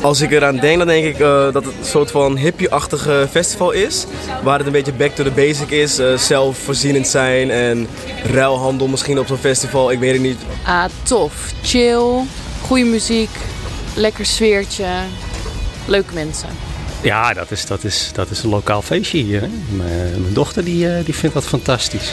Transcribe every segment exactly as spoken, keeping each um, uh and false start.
Als ik eraan denk, dan denk ik uh, dat het een soort van hippie-achtige festival is. Waar het een beetje back to the basic is. Uh, zelfvoorzienend zijn en ruilhandel misschien op zo'n festival. Ik weet het niet. Ah, tof. Chill. Goede muziek. Lekker sfeertje. Leuke mensen. Ja, dat is, dat is, dat is een lokaal feestje hier. Hè? Mijn, mijn dochter die, die vindt dat fantastisch.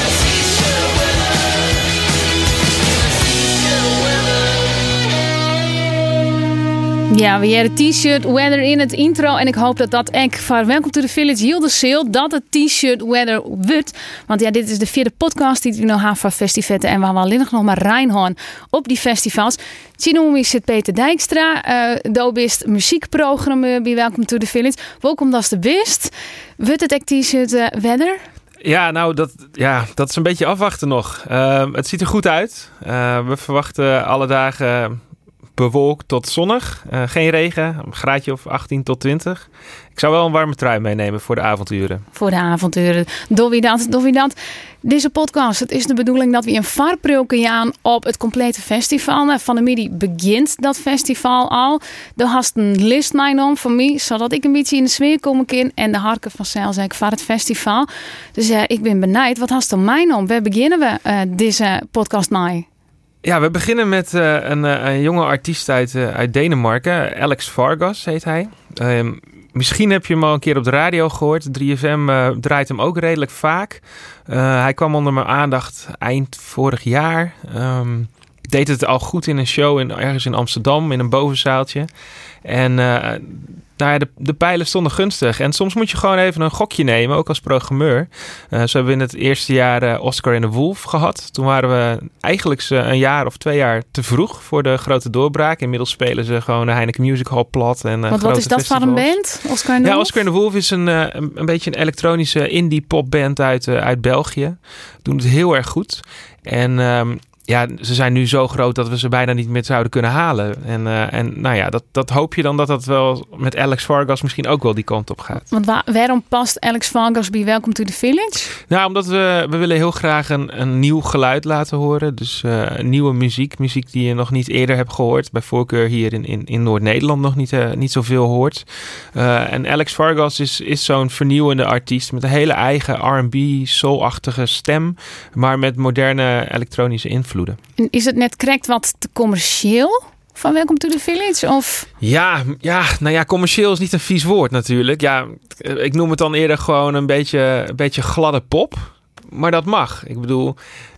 Ja, we hebben het t-shirt weather in het intro. En ik hoop dat dat ook voor Welcome to the Village Hilde Sale, dat het t-shirt weather wordt. Want ja, dit is de vierde podcast die we nog hebben van festivetten. En we hebben alleen nog maar Rijnhoorn op die festivals. Tjinoemi zit Peter Dijkstra. Uh, Do bist muziekprogrammeur bij Welcome to the Village. Welkom dat is de best. Wordt het ook t-shirt uh, weather? Ja, nou, dat, ja, dat is een beetje afwachten nog. Uh, het ziet er goed uit. Uh, we verwachten alle dagen bewolkt tot zonnig. Uh, geen regen, een graadje of achttien tot twintig. Ik zou wel een warme trui meenemen voor de avonturen. Voor de avonturen. Doe wie dat, doe wie dat. Deze podcast, het is de bedoeling dat we een varprilke aan op het complete festival. Van de midi begint dat festival al. Er hast een list mij om voor mij, zodat ik een beetje in de sfeer kom in en de harken vanzelf zeg van het festival. Dus uh, ik ben benieuwd. Wat hast er mij om? Waar beginnen we uh, deze podcast mee? Ja, we beginnen met uh, een, een jonge artiest uit, uh, uit Denemarken. Alex Vargas heet hij. Uh, misschien heb je hem al een keer op de radio gehoord. drie F M uh, draait hem ook redelijk vaak. Uh, hij kwam onder mijn aandacht eind vorig jaar. Um, deed het al goed in een show in, ergens in Amsterdam in een bovenzaaltje. En uh, nou ja, de, de pijlen stonden gunstig. En soms moet je gewoon even een gokje nemen, ook als programmeur. Uh, zo hebben we in het eerste jaar uh, Oscar en de Wolf gehad. Toen waren we eigenlijk uh, een jaar of twee jaar te vroeg voor de grote doorbraak. Inmiddels spelen ze gewoon de Heineken Music Hall plat. En, uh, Want wat is dat festivals. voor een band? Oscar en de ja, Wolf? Oscar en de Wolf is een, uh, een, een beetje een elektronische indie popband uit, uh, uit België. Doen het heel erg goed. En Um, ja, ze zijn nu zo groot dat we ze bijna niet meer zouden kunnen halen. En, uh, en nou ja, dat, dat hoop je dan dat dat wel met Alex Vargas misschien ook wel die kant op gaat. Want wa- waarom past Alex Vargas bij Welcome to the Village? Nou, omdat we, we willen heel graag een, een nieuw geluid laten horen. Dus uh, nieuwe muziek. Muziek die je nog niet eerder hebt gehoord. Bij voorkeur hier in, in, in Noord-Nederland nog niet, uh, niet zoveel hoort. Uh, en Alex Vargas is, is zo'n vernieuwende artiest met een hele eigen R en B, soul-achtige stem. Maar met moderne elektronische invloeden. En is het net correct wat te commercieel van Welcome to the Village? Of? Ja, ja, nou ja, commercieel is niet een vies woord natuurlijk. Ja, ik noem het dan eerder gewoon een beetje, een beetje gladde pop. Maar dat mag. Ik bedoel,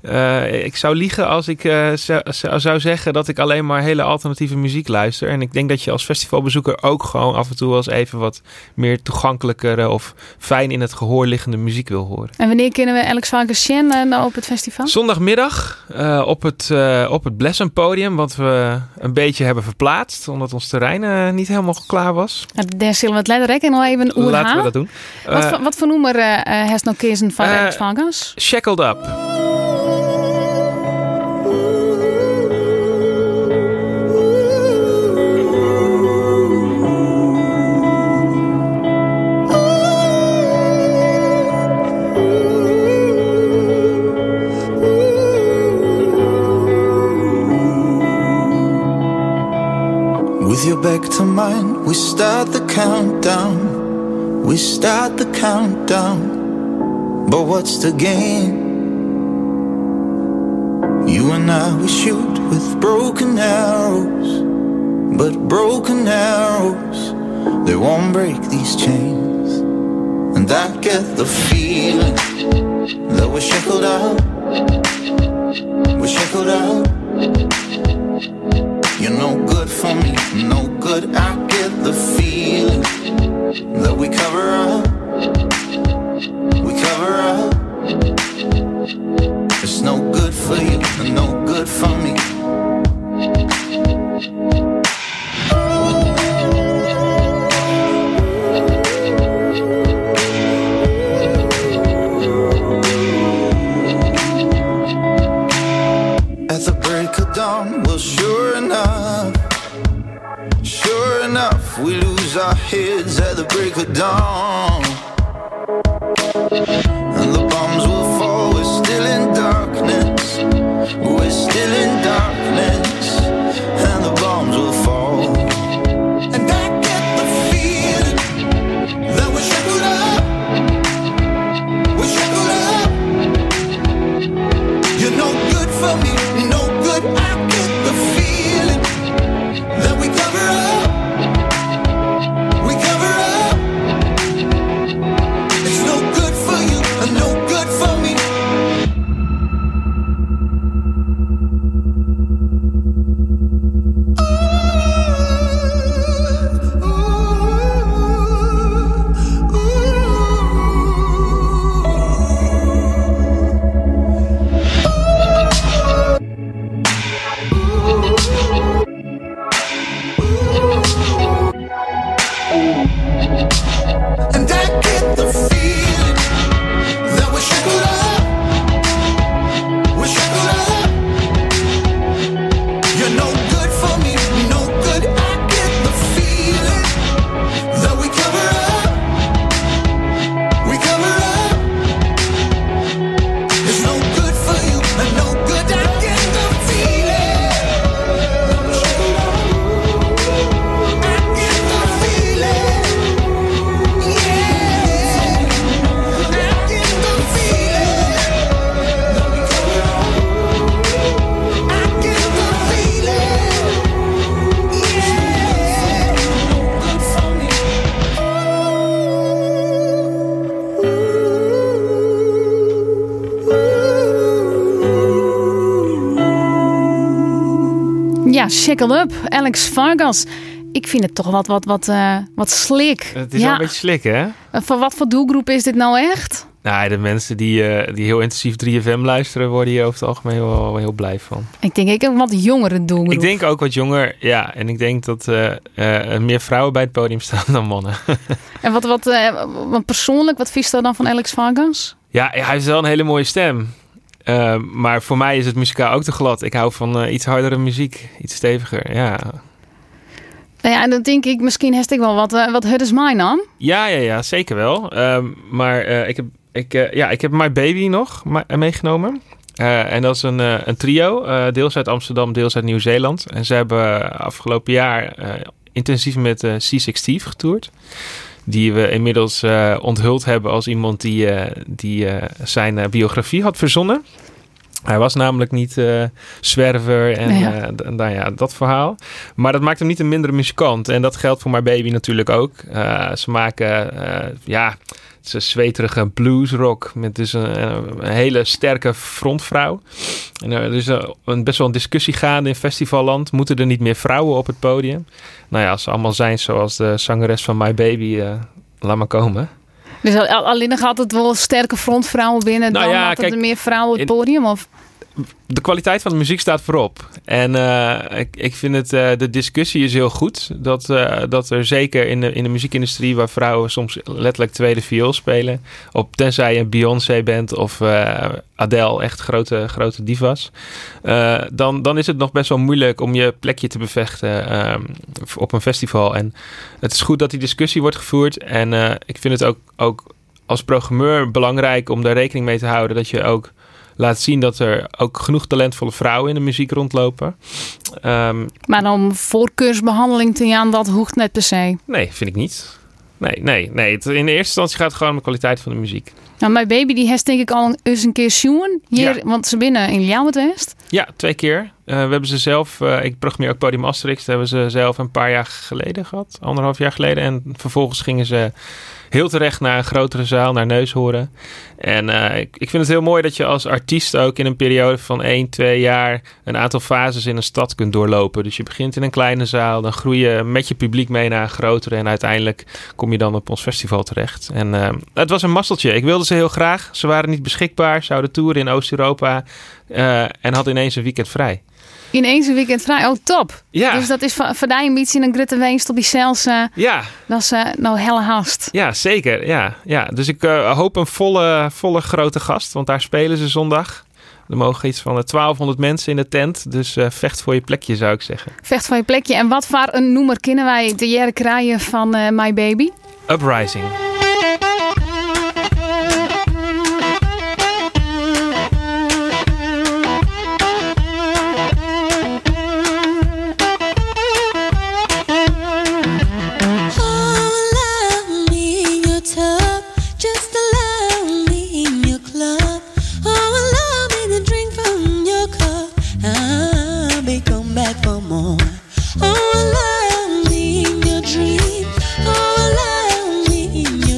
uh, ik zou liegen als ik uh, zou, zou zeggen dat ik alleen maar hele alternatieve muziek luister. En ik denk dat je als festivalbezoeker ook gewoon af en toe wel eens even wat meer toegankelijkere of fijn in het gehoor liggende muziek wil horen. En wanneer kunnen we Alex Vargas zien uh, nou op het festival? Zondagmiddag uh, op het, uh, op het Blessem podium, wat we een beetje hebben verplaatst, omdat ons terrein uh, niet helemaal klaar was. Daar zullen we het letterlijk nog even oer Laten we dat doen. Uh, wat, voor, wat voor noemer uh, heeft nou kiezen van uh, Alex Vargas? Shackled Up. With your back to mine, we start the countdown. We start the countdown. But what's the game? You and I, we shoot with broken arrows. But broken arrows, they won't break these chains. And I get the feeling that we're shackled out. We're shackled out. You're no good for me, no good. I get the feeling that we cover up. We cover up. It's no good for you and no good for me. At the break of dawn, well, sure enough, sure enough, we lose our heads at the break of dawn. And the bombs will fall, we're still in darkness. We're still in darkness. And the bombs will fall. And And I get the feeling that we're shackled up. We're shackled up. You're no good for me, no good. I get the feeling that we cover up. We cover up. It's no good for you and no good. I get the feeling that we're shackled up. I get the feeling. Yeah. I get the feeling that we cover up. I get the feeling. Yeah. No good for me. Ja, Shackle Up, Alex Vargas. Ik vind het toch wat, wat, wat, uh, wat slik. Het is ja. wel een beetje slik, hè? Voor wat voor doelgroep is dit nou echt? Nou, de mensen die, uh, die heel intensief drie F M luisteren, worden hier over het algemeen wel heel blij van. Ik denk ik een wat jongere doelgroep. Ik denk ook wat jonger, ja. En ik denk dat uh, uh, meer vrouwen bij het podium staan dan mannen. En wat, wat, uh, wat persoonlijk, wat vies je dan van Alex Vargas? Ja, hij heeft wel een hele mooie stem. Uh, maar voor mij is het muzikaal ook te glad. Ik hou van uh, iets hardere muziek, iets steviger, ja. Nou ja, en dan denk ik, misschien heeft ik wel wat, uh, wat Hut is Mine dan. Ja, ja, ja, zeker wel. Um, maar uh, ik, heb, ik, uh, ja, ik heb My Baby nog ma- meegenomen. Uh, en dat is een, uh, een trio, uh, deels uit Amsterdam, deels uit Nieuw-Zeeland. En ze hebben afgelopen jaar uh, intensief met uh, C Six Steve getoerd. Die we inmiddels uh, onthuld hebben als iemand die, uh, die uh, zijn uh, biografie had verzonnen. Hij was namelijk niet uh, zwerver en ja. uh, d- nou ja, dat verhaal. Maar dat maakt hem niet een mindere muzikant. En dat geldt voor My Baby natuurlijk ook. Uh, ze maken, uh, ja, het is een zweterige bluesrock met dus een, een hele sterke frontvrouw. En uh, er is een, best wel een discussie gaande in festivalland. Moeten er niet meer vrouwen op het podium? Nou ja, als ze allemaal zijn zoals de zangeres van My Baby, uh, laat maar komen. Dus alleen nog altijd wel sterke frontvrouwen binnen Nou dan ja, altijd kijk, er meer vrouwen op het in- podium? Of? De kwaliteit van de muziek staat voorop. En uh, ik, ik vind het, uh, de discussie is heel goed. Dat, uh, dat er zeker in de, in de muziekindustrie, waar vrouwen soms letterlijk tweede viool spelen, op tenzij je een Beyoncé bent of uh, Adele, echt grote, grote divas, uh, dan, dan is het nog best wel moeilijk om je plekje te bevechten uh, op een festival. En het is goed dat die discussie wordt gevoerd. En uh, ik vind het ook, ook als programmeur belangrijk om daar rekening mee te houden dat je ook laat zien dat er ook genoeg talentvolle vrouwen in de muziek rondlopen. Um, Maar om voorkeursbehandeling te gaan, dat hoeft net per se. nee, vind ik niet. Nee, nee, nee. Het, in de eerste instantie gaat het gewoon om de kwaliteit van de muziek. Nou, mijn baby die heeft denk ik al eens een keer zoen hier, Ja. want ze binnen in Ljouwert. Ja, twee keer. Uh, we hebben ze zelf, uh, ik programmeer ook Podium Asterix, dat hebben ze zelf een paar jaar geleden gehad. Anderhalf jaar geleden. En vervolgens gingen ze heel terecht naar een grotere zaal, naar Neushoorn. En uh, ik, ik vind het heel mooi dat je als artiest ook in een periode van één, twee jaar een aantal fases in een stad kunt doorlopen. Dus je begint in een kleine zaal, dan groei je met je publiek mee naar een grotere en uiteindelijk kom je dan op ons festival terecht. En uh, het was een masseltje. Ik wilde ze heel graag. Ze waren niet beschikbaar, zouden toeren in Oost-Europa uh, en hadden ineens een weekend vrij. Ineens een weekend vrij. Oh, top. Ja. Dus dat is voor, voor die een beetje een gritte weenst op die zelfs. Uh, Ja, dat is uh, nou helle haast. ja, zeker. Ja, ja. Dus ik uh, hoop een volle, volle grote gast, want daar spelen ze zondag. Er mogen iets van twaalfhonderd mensen in de tent, dus uh, vecht voor je plekje zou ik zeggen. Vecht van je plekje. En wat voor een noemer kennen wij de jaren krijgen van uh, My Baby? Uprising. Oh, allow me in your dreams. Oh, allow me in your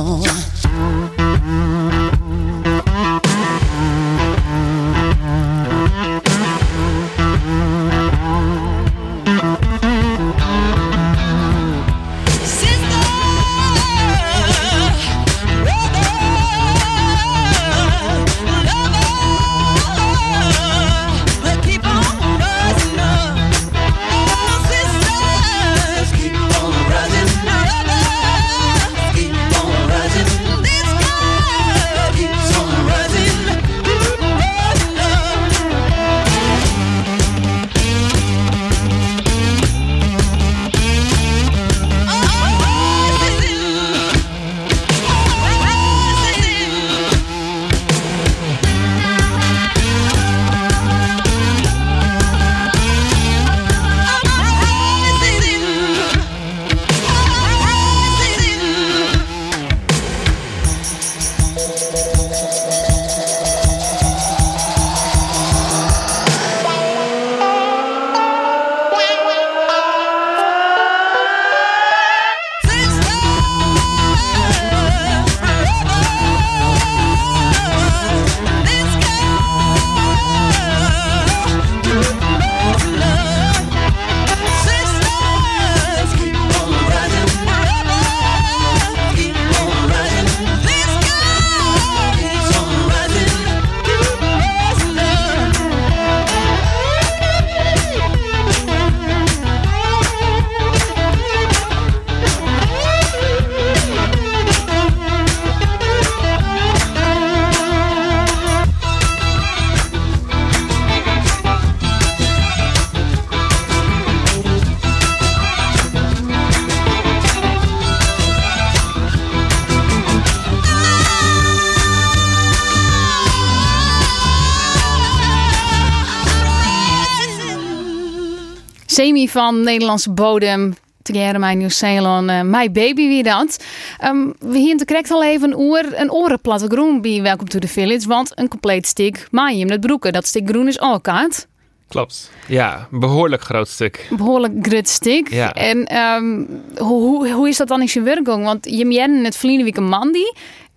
Semi van Nederlandse bodem. Tegen mij Nieuw-Zeeland, uh, My Baby wie dat. Um, we hier te krijgt al even een oor, een orenplatte groen bij Welcome to the Village. Want een compleet stuk maai hem het broeken. Dat stuk groen is al kaart. Klopt. Ja, een behoorlijk groot stuk. Een behoorlijk groot stuk. Ja. En um, hoe, hoe, hoe is dat dan in zijn werking? Want je hebt het verleden week een man die.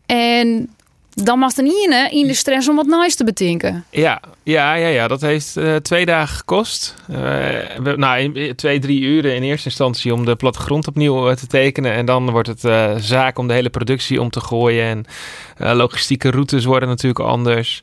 En dan was er niet in de stress om wat nice te bedenken. Ja, ja, ja, ja. Dat heeft uh, twee dagen gekost. Uh, we, nou, twee, drie uren in eerste instantie om de plattegrond opnieuw uh, te tekenen. En dan wordt het uh, zaak om de hele productie om te gooien. En uh, logistieke routes worden natuurlijk anders.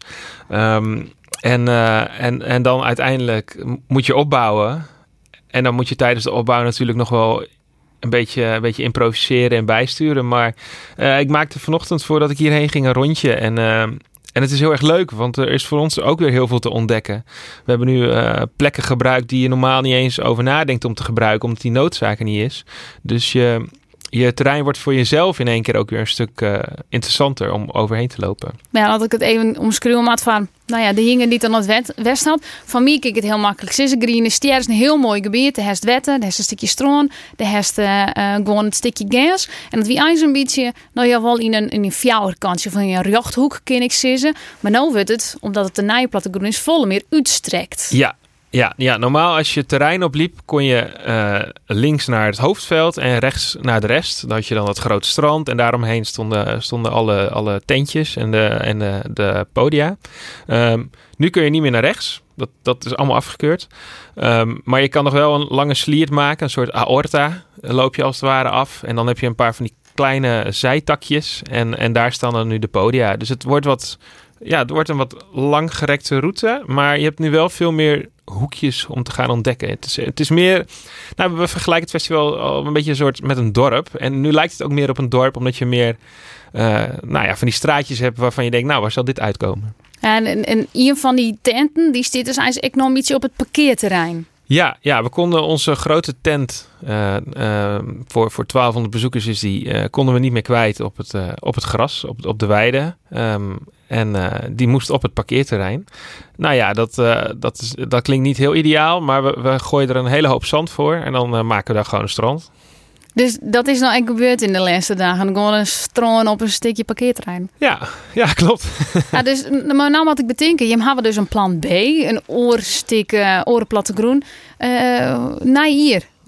Um, en, uh, en, en dan uiteindelijk moet je opbouwen. En dan moet je tijdens de opbouw natuurlijk nog wel een beetje, een beetje improviseren en bijsturen. Maar uh, ik maakte vanochtend voordat ik hierheen ging een rondje. En, uh, en het is heel erg leuk, want er is voor ons ook weer heel veel te ontdekken. We hebben nu uh, plekken gebruikt die je normaal niet eens over nadenkt om te gebruiken, omdat die noodzaak er niet is. Dus je, je terrein wordt voor jezelf in één keer ook weer een stuk uh, interessanter om overheen te lopen. Ja, had ik het even omschreeuwen had van, nou ja, de hingen die dan het west had. Van mij kijk het heel makkelijk. Sissegreen is is een heel mooi gebied. De heeft wetten, de heeft een stukje stroom, de heeft uh, uh, gewoon een stukje gas. En dat wie eens een beetje, nou ja, wel in een, in een fjouwerkantje van een rechthoek kan ik sissen. Maar nou wordt het, omdat het de nijplattegroen is, volle meer uitstrekt. Ja. Ja, ja, normaal als je het terrein opliep kon je uh, links naar het hoofdveld en rechts naar de rest. Dan had je dan het grote strand en daaromheen stonden, stonden alle, alle tentjes en de, en de, de podia. Um, nu kun je niet meer naar rechts. Dat, dat is allemaal afgekeurd. Um, maar je kan nog wel een lange sliert maken, een soort aorta. Loop je als het ware af en dan heb je een paar van die kleine zijtakjes en, en daar staan dan nu de podia. Dus het wordt wat... Ja, het wordt een wat langgerekte route, maar je hebt nu wel veel meer hoekjes om te gaan ontdekken. Het is, het is meer, nou, we vergelijken het festival al een beetje een soort met een dorp. En nu lijkt het ook meer op een dorp, omdat je meer, uh, nou ja, van die straatjes hebt waarvan je denkt, nou, waar zal dit uitkomen? En, en, en een van die tenten, die zit dus eigenlijk nog een beetje op het parkeerterrein. Ja, ja, we konden onze grote tent uh, uh, voor, voor twaalfhonderd bezoekers is die, uh, konden we niet meer kwijt op het, uh, op het gras, op, op de weide. Um, en uh, die moest op het parkeerterrein. Nou ja, dat, uh, dat, is, dat klinkt niet heel ideaal, maar we, we gooien er een hele hoop zand voor en dan uh, maken we daar gewoon een strand. Dus dat is nou echt gebeurd in de laatste dagen. Gewoon een stroom op een stukje parkeerterrein. Ja, ja, klopt. Ja, dus, maar nou wat ik bedenken, je hebben dus een plan B, een oorstuk, uh, orenplatte groen. Uh, naar hier.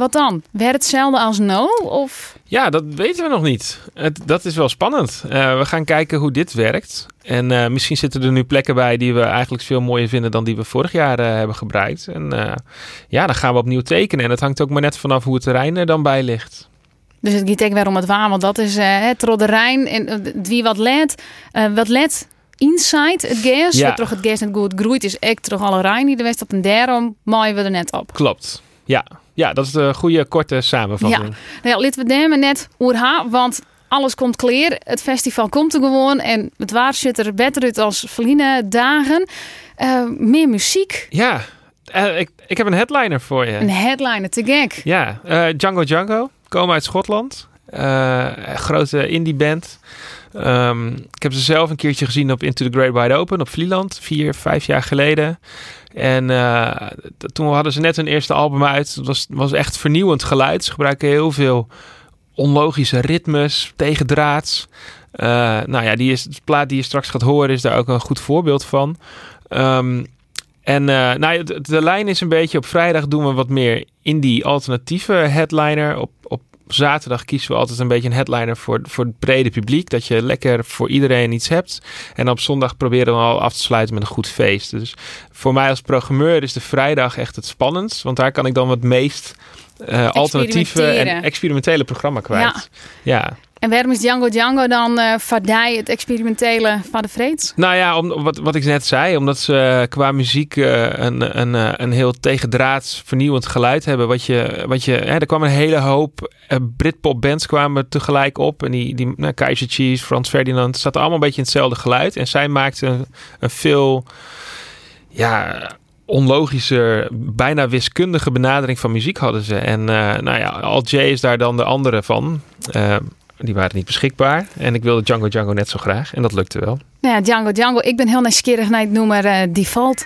Wat dan? Werd hetzelfde als No? Of... Ja, dat weten we nog niet. Het, dat is wel spannend. Uh, we gaan kijken hoe dit werkt. En uh, misschien zitten er nu plekken bij die we eigenlijk veel mooier vinden dan die we vorig jaar uh, hebben gebruikt. En uh, ja, dan gaan we opnieuw tekenen. En het hangt ook maar net vanaf hoe het terrein er dan bij ligt. Dus het gaat ook weer om het waar, want dat is uh, het Rodderijn en uh, wie wat let, uh, wat let inside het gas, ja. wat toch het gas net goed groeit, is echt toch alle Rijn die de west dat en daarom maaien we er net op. Klopt, ja. Ja, dat is de goede korte samenvatting. Ja, nou ja, laten we daar net oer ha, want alles komt clear. Het festival komt er gewoon en het waar zit er beter uit als verliezen dagen. Uh, meer muziek. Ja, uh, ik, ik heb een headliner voor je. Een headliner, te gek. Ja, uh, Django Django, komen uit Schotland. Uh, een grote indie band. Um, ik heb ze zelf een keertje gezien op Into the Great Wide Open op Vlieland, vier, vijf jaar geleden. En uh, toen hadden ze net hun eerste album uit. Het was, was echt vernieuwend geluid. Ze gebruiken heel veel onlogische ritmes, tegendraads. Uh, nou ja, die is, de plaat die je straks gaat horen is daar ook een goed voorbeeld van. Um, en uh, nou, de, de lijn is een beetje, op vrijdag doen we wat meer indie alternatieve headliner. Op, op zaterdag kiezen we altijd een beetje een headliner voor, voor het brede publiek. Dat je lekker voor iedereen iets hebt. En op zondag proberen we al af te sluiten met een goed feest. Dus voor mij als programmeur is de vrijdag echt het spannendst. Want daar kan ik dan wat meest uh, alternatieve en experimentele programma kwijt. Ja. ja. En waarom is Django Django dan uh, vadij het experimentele van de vreeds? Nou ja, om, wat, wat ik net zei. Omdat ze qua muziek uh, een, een, een heel tegendraads vernieuwend geluid hebben. Wat je, wat je, hè, er kwam een hele hoop uh, Britpop bands kwamen tegelijk op. En die, die nou, Kaiser Chiefs, Frans Ferdinand, zaten allemaal een beetje in hetzelfde geluid. En zij maakten een, een veel... ja, onlogische, bijna wiskundige benadering van muziek hadden ze. En uh, nou ja, Alt J is daar dan de andere van. Uh, die waren niet beschikbaar. En ik wilde Django Django net zo graag. En dat lukte wel. Nou ja, Django Django. Ik ben heel nieuwsgierig naar het nummer uh, Default.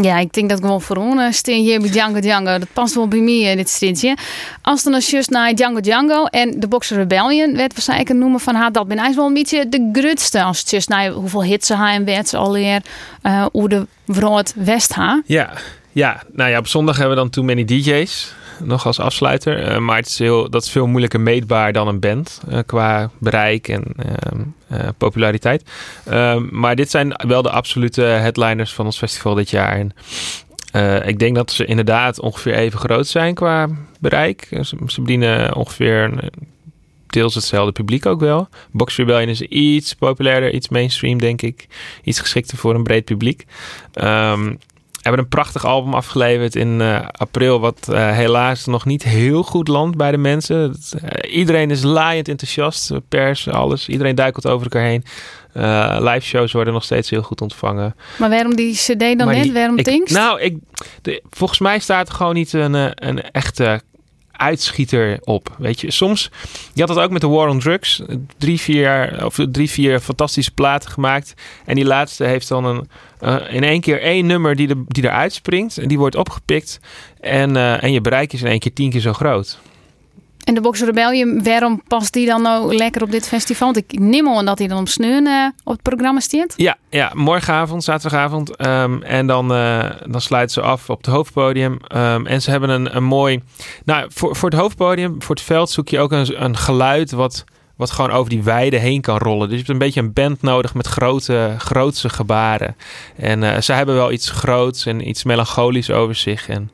Ja, ik denk dat gewoon voor ons steen hier bij Django Django. Dat past wel bij mij, uh, dit strintje. Als dan als just naar Django Django en de Boxer Rebellion werd waarschijnlijk noemen van haar, dat ben eigenlijk wel een beetje de grutste. Als het just naar hoeveel hits ze haar en werd ze alweer uh, hoe de Wroot West ha. Ja, ja, nou ja, op zondag hebben we dan Too Many D J's. Nog als afsluiter. Uh, maar het is heel, dat is veel moeilijker meetbaar dan een band. Uh, qua bereik en uh, uh, populariteit. Uh, maar dit zijn wel de absolute headliners van ons festival dit jaar. En uh, ik denk dat ze inderdaad ongeveer even groot zijn qua bereik. Ze, ze bedienen ongeveer deels hetzelfde publiek ook wel. Box Rebellion is iets populairder, iets mainstream denk ik. Iets geschikter voor een breed publiek. Um, We hebben een prachtig album afgeleverd in uh, april, wat uh, helaas nog niet heel goed landt bij de mensen. Het, uh, iedereen is laaiend enthousiast, pers, alles. Iedereen duikelt over elkaar heen. Uh, live shows worden nog steeds heel goed ontvangen. Maar waarom die cd dan maar net? Die, waarom ik, Things? Nou, ik, de, volgens mij staat er gewoon niet een, een echte uitschieter op. Weet je, soms, je had dat ook met de War on Drugs. Drie, vier jaar, of drie, vier fantastische platen gemaakt. En die laatste heeft dan een, uh, in één keer één nummer die, de, die eruit springt. En die wordt opgepikt. En, uh, en je bereik is in één keer tien keer zo groot. En de Boxer Rebellion, waarom past die dan nou lekker op dit festival? Want ik neem aan dat hij dan om sneun uh, op het programma staat. Ja, ja, morgenavond, zaterdagavond. Um, en dan, uh, dan sluiten ze af op het hoofdpodium. Um, en ze hebben een, een mooi... Nou, voor, voor het hoofdpodium, voor het veld zoek je ook een, een geluid wat, wat gewoon over die weide heen kan rollen. Dus je hebt een beetje een band nodig met grote, grootse gebaren. En uh, ze hebben wel iets groots en iets melancholisch over zich. En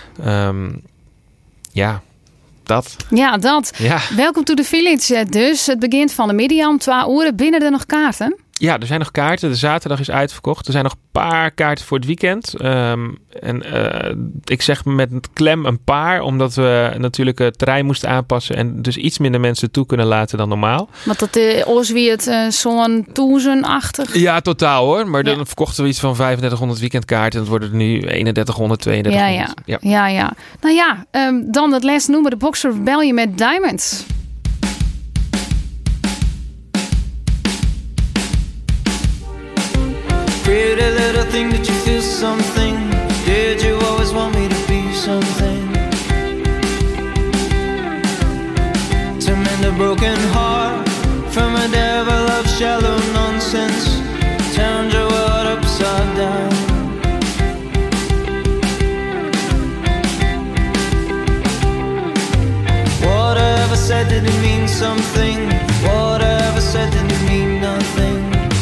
um, ja... Dat. Ja, dat. Ja. Welkom to the Village dus. Het begint van de middag om twee uur. Binnen er nog kaarten? Ja, er zijn nog kaarten. De zaterdag is uitverkocht. Er zijn nog een paar kaarten voor het weekend. Um, en uh, ik zeg met klem een paar, omdat we natuurlijk het terrein moesten aanpassen en dus iets minder mensen toe kunnen laten dan normaal. Want dat is uh, wie het uh, zo'n toezenachtig. Ja, totaal hoor. Maar ja. dan verkochten we iets van vijfendertighonderd weekendkaarten. En dat worden er nu eenendertighonderd, tweeëndertighonderd. Ja, ja. Ja. ja, ja. Nou ja, um, dan het les noemen de Boxer Rebellion met Diamonds. Pretty little thing, did you feel something? Did you always want me to be something? To mend a broken heart from a devil of shallow nonsense, turned your world upside down. Whatever said, did it mean something? Whatever said, did it mean nothing?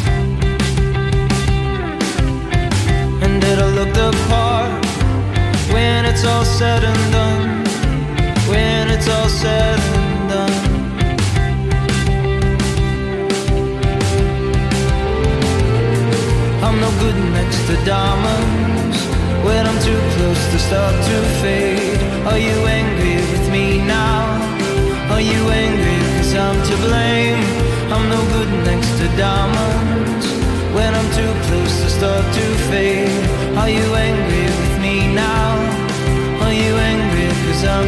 Did I look the part when it's all said and done? When it's all said and done. I'm no good next to diamonds when I'm too close to start to fade. Are you angry with me now? Are you angry cause I'm to blame? I'm no good next to diamonds when I'm too close to start to fade. Are you angry with me now? Are you angry cause I'm